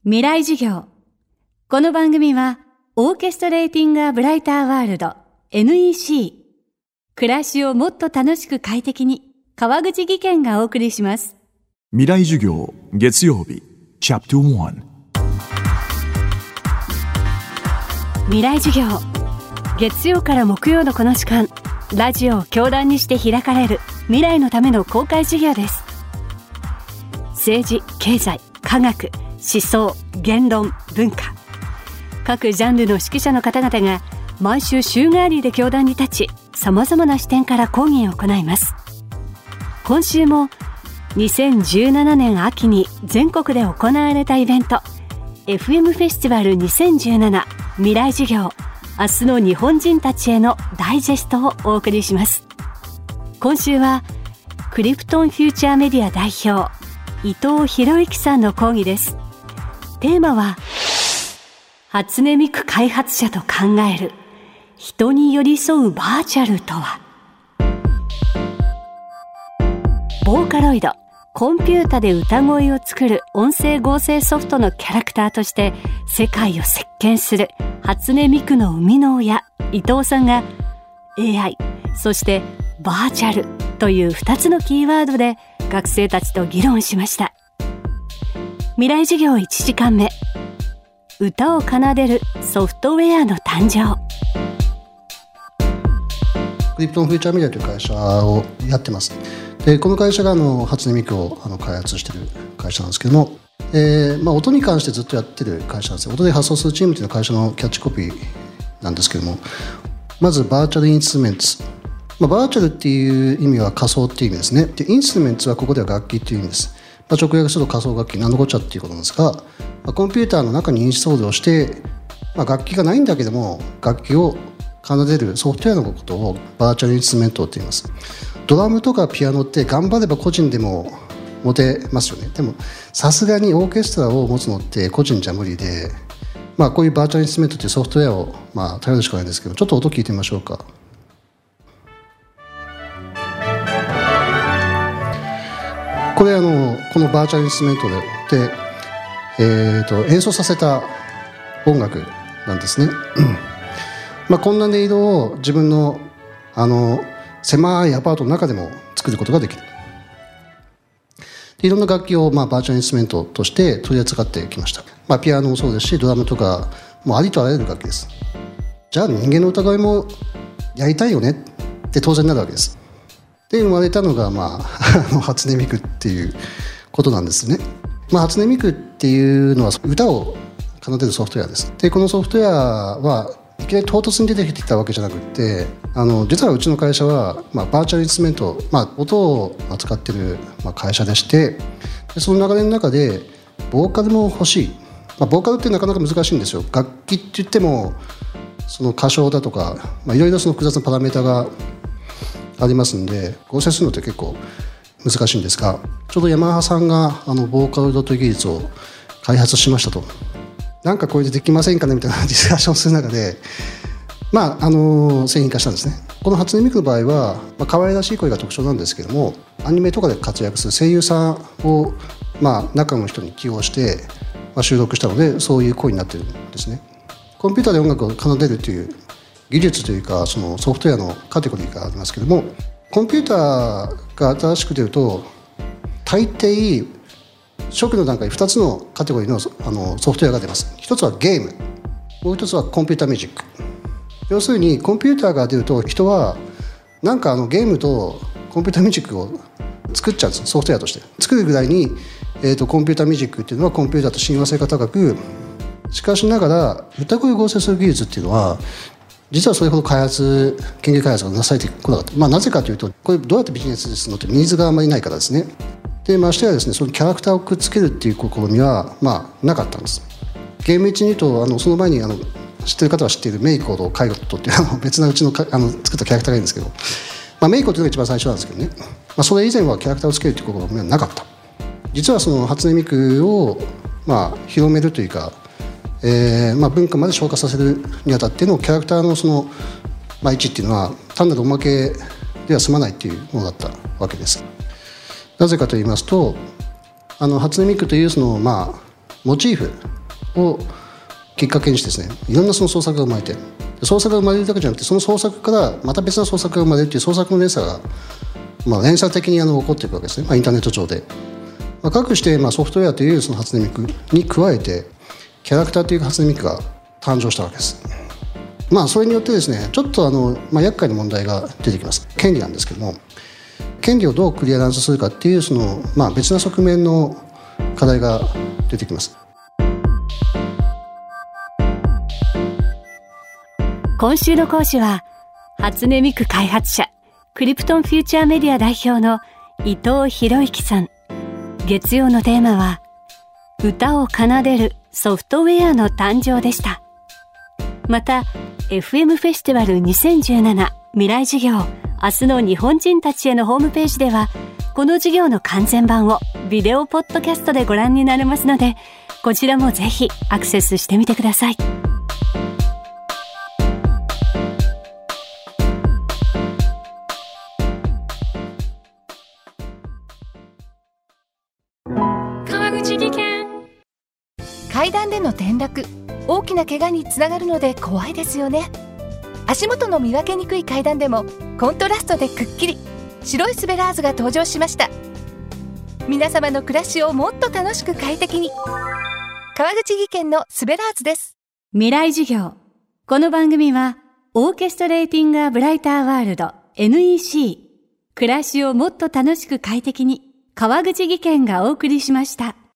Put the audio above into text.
未来授業。この番組はオーケストレーティング・ア・ブライター・ワールド NEC 暮らしをもっと楽しく快適に川口義賢がお送りします。 未来授業月曜日チャプター1 未来授業、月曜から木曜のこの時間、ラジオを教壇にして開かれる未来のための公開授業です。政治、経済、科学、思想、言論、文化、各ジャンルの指揮者の方々が毎週週替わりで教壇に立ち、様々な視点から講義を行います。今週も2017年秋に全国で行われたイベント FM フェスティバル2017未来授業、明日の日本人たちへのダイジェストをお送りします。今週はクリプトンフューチャーメディア代表伊藤博之さんの講義です。テーマは初音ミク開発者と考える人に寄り添うバーチャルとは。ボーカロイド、コンピュータで歌声を作る音声合成ソフトのキャラクターとして世界を席巻する初音ミクの生みの親伊藤さんが AI、 そしてバーチャルという2つのキーワードで学生たちと議論しました。未来授業1時間目、歌を奏でるソフトウェアの誕生。 クリプトンフューチャーメディアという会社をやってます。でこの会社が初音ミクを開発している会社なんですけども、音に関してずっとやってる会社なんですよ。音で発想するチームというのは会社のキャッチコピーなんですけども、まずバーチャルインストゥルメンツ、バーチャルっていう意味は仮想っていう意味ですね。でインストゥルメンツはここでは楽器っていう意味です。直訳すると仮想楽器、何のこっちゃっていうことなんですが、コンピューターの中にインストールをして、楽器がないんだけども楽器を奏でるソフトウェアのことをバーチャルインストゥルメントって言います。ドラムとかピアノって頑張れば個人でも持てますよね。でもさすがにオーケストラを持つのって個人じゃ無理で、こういうバーチャルインストゥルメントっていうソフトウェアを頼るしかないんですけど、ちょっと音聞いてみましょうか。これこのバーチャルインストゥルメントで、演奏させた音楽なんですね。こんな音色を自分の狭いアパートの中でも作ることができる。いろんな楽器をバーチャルインストゥルメントとして取り扱ってきました。ピアノもそうですし、ドラムとかもうありとあらゆる楽器です。じゃあ人間の歌声もやりたいよねって当然なるわけです。で生まれたのが、初音ミクっていうことなんですね。初音ミクっていうのは歌を奏でるソフトウェアです。でこのソフトウェアはいきなり唐突に出てきたわけじゃなくて、実はうちの会社は、バーチャルインストゥルメント、音を扱っている、会社でして、でその流れの中でボーカルも欲しい。ボーカルってなかなか難しいんですよ。楽器って言ってもその歌唱だとか、いろいろその複雑なパラメータがありますんで、合成するのって結構難しいんですが、ちょうどヤマハさんがボーカロイドという技術を開発しましたと。なんかこれでできませんかねみたいなディスカッションする中で、製品化したんですね。この初音ミクの場合は、可愛らしい声が特徴なんですけども、アニメとかで活躍する声優さんを、中の人に起用して、収録したのでそういう声になってるんですね。コンピューターで音楽を奏でるという技術というか、そのソフトウェアのカテゴリーがありますけども、コンピューターが新しく出ると大抵初期の段階2つのカテゴリーの、ソフトウェアが出ます。一つはゲーム、もう一つはコンピューターミュージック。要するにコンピューターが出ると人はなんかゲームとコンピューターミュージックを作っちゃうんです。ソフトウェアとして作るぐらいに、コンピューターミュージックっていうのはコンピューターと親和性が高く、しかしながら歌声を合成する技術っていうのは実はそれほど研究開発がなされてこなかった。なぜかというと、これどうやってビジネスですのってニーズがあまりないからですね。でましてやですね、そのキャラクターをくっつけるっていう試みはなかったんです。厳密に言うとその前に知ってる方は知っているメイコとカイロットっていう別なうちの作ったキャラクターがいるんですけど、メイコというのが一番最初なんですけどね、それ以前はキャラクターをつけるという試みはなかった。実はその初音ミクを広めるというか、文化まで昇華させるにあたってのキャラクターのその、位置っていうのは単なるおまけでは済まないっていうものだったわけです。なぜかと言いますと、初音ミクというその、モチーフをきっかけにしてですね、いろんなその創作が生まれて、創作が生まれるだけじゃなくて、その創作からまた別な創作が生まれるっていう創作の連鎖が、連鎖的に起こっていくわけですね、インターネット上で。かくしてソフトウェアというその初音ミクに加えてキャラクターという初音ミクが誕生したわけです。それによってですね、ちょっと厄介な問題が出てきます。権利なんですけども、権利をどうクリアランスするかっていうその、別な側面の課題が出てきます。 今週の講師は初音ミク開発者、クリプトンフューチャーメディア代表の伊藤博之さん。月曜のテーマは歌を奏でるソフトウェアの誕生でした。また FM フェスティバル2017未来授業明日の日本人たちへのホームページではこの授業の完全版をビデオポッドキャストでご覧になれますので、こちらもぜひアクセスしてみてください。 階段での転落、大きな怪我につながるので怖いですよね。足元の見分けにくい階段でもコントラストでくっきり白いスベラーズが登場しました。皆様の暮らしをもっと楽しく快適に、川口技研のスベラーズです。 未来授業。この番組はオーケストレーティングアブライターワールド NEC 暮らしをもっと楽しく快適に川口技研がお送りしました。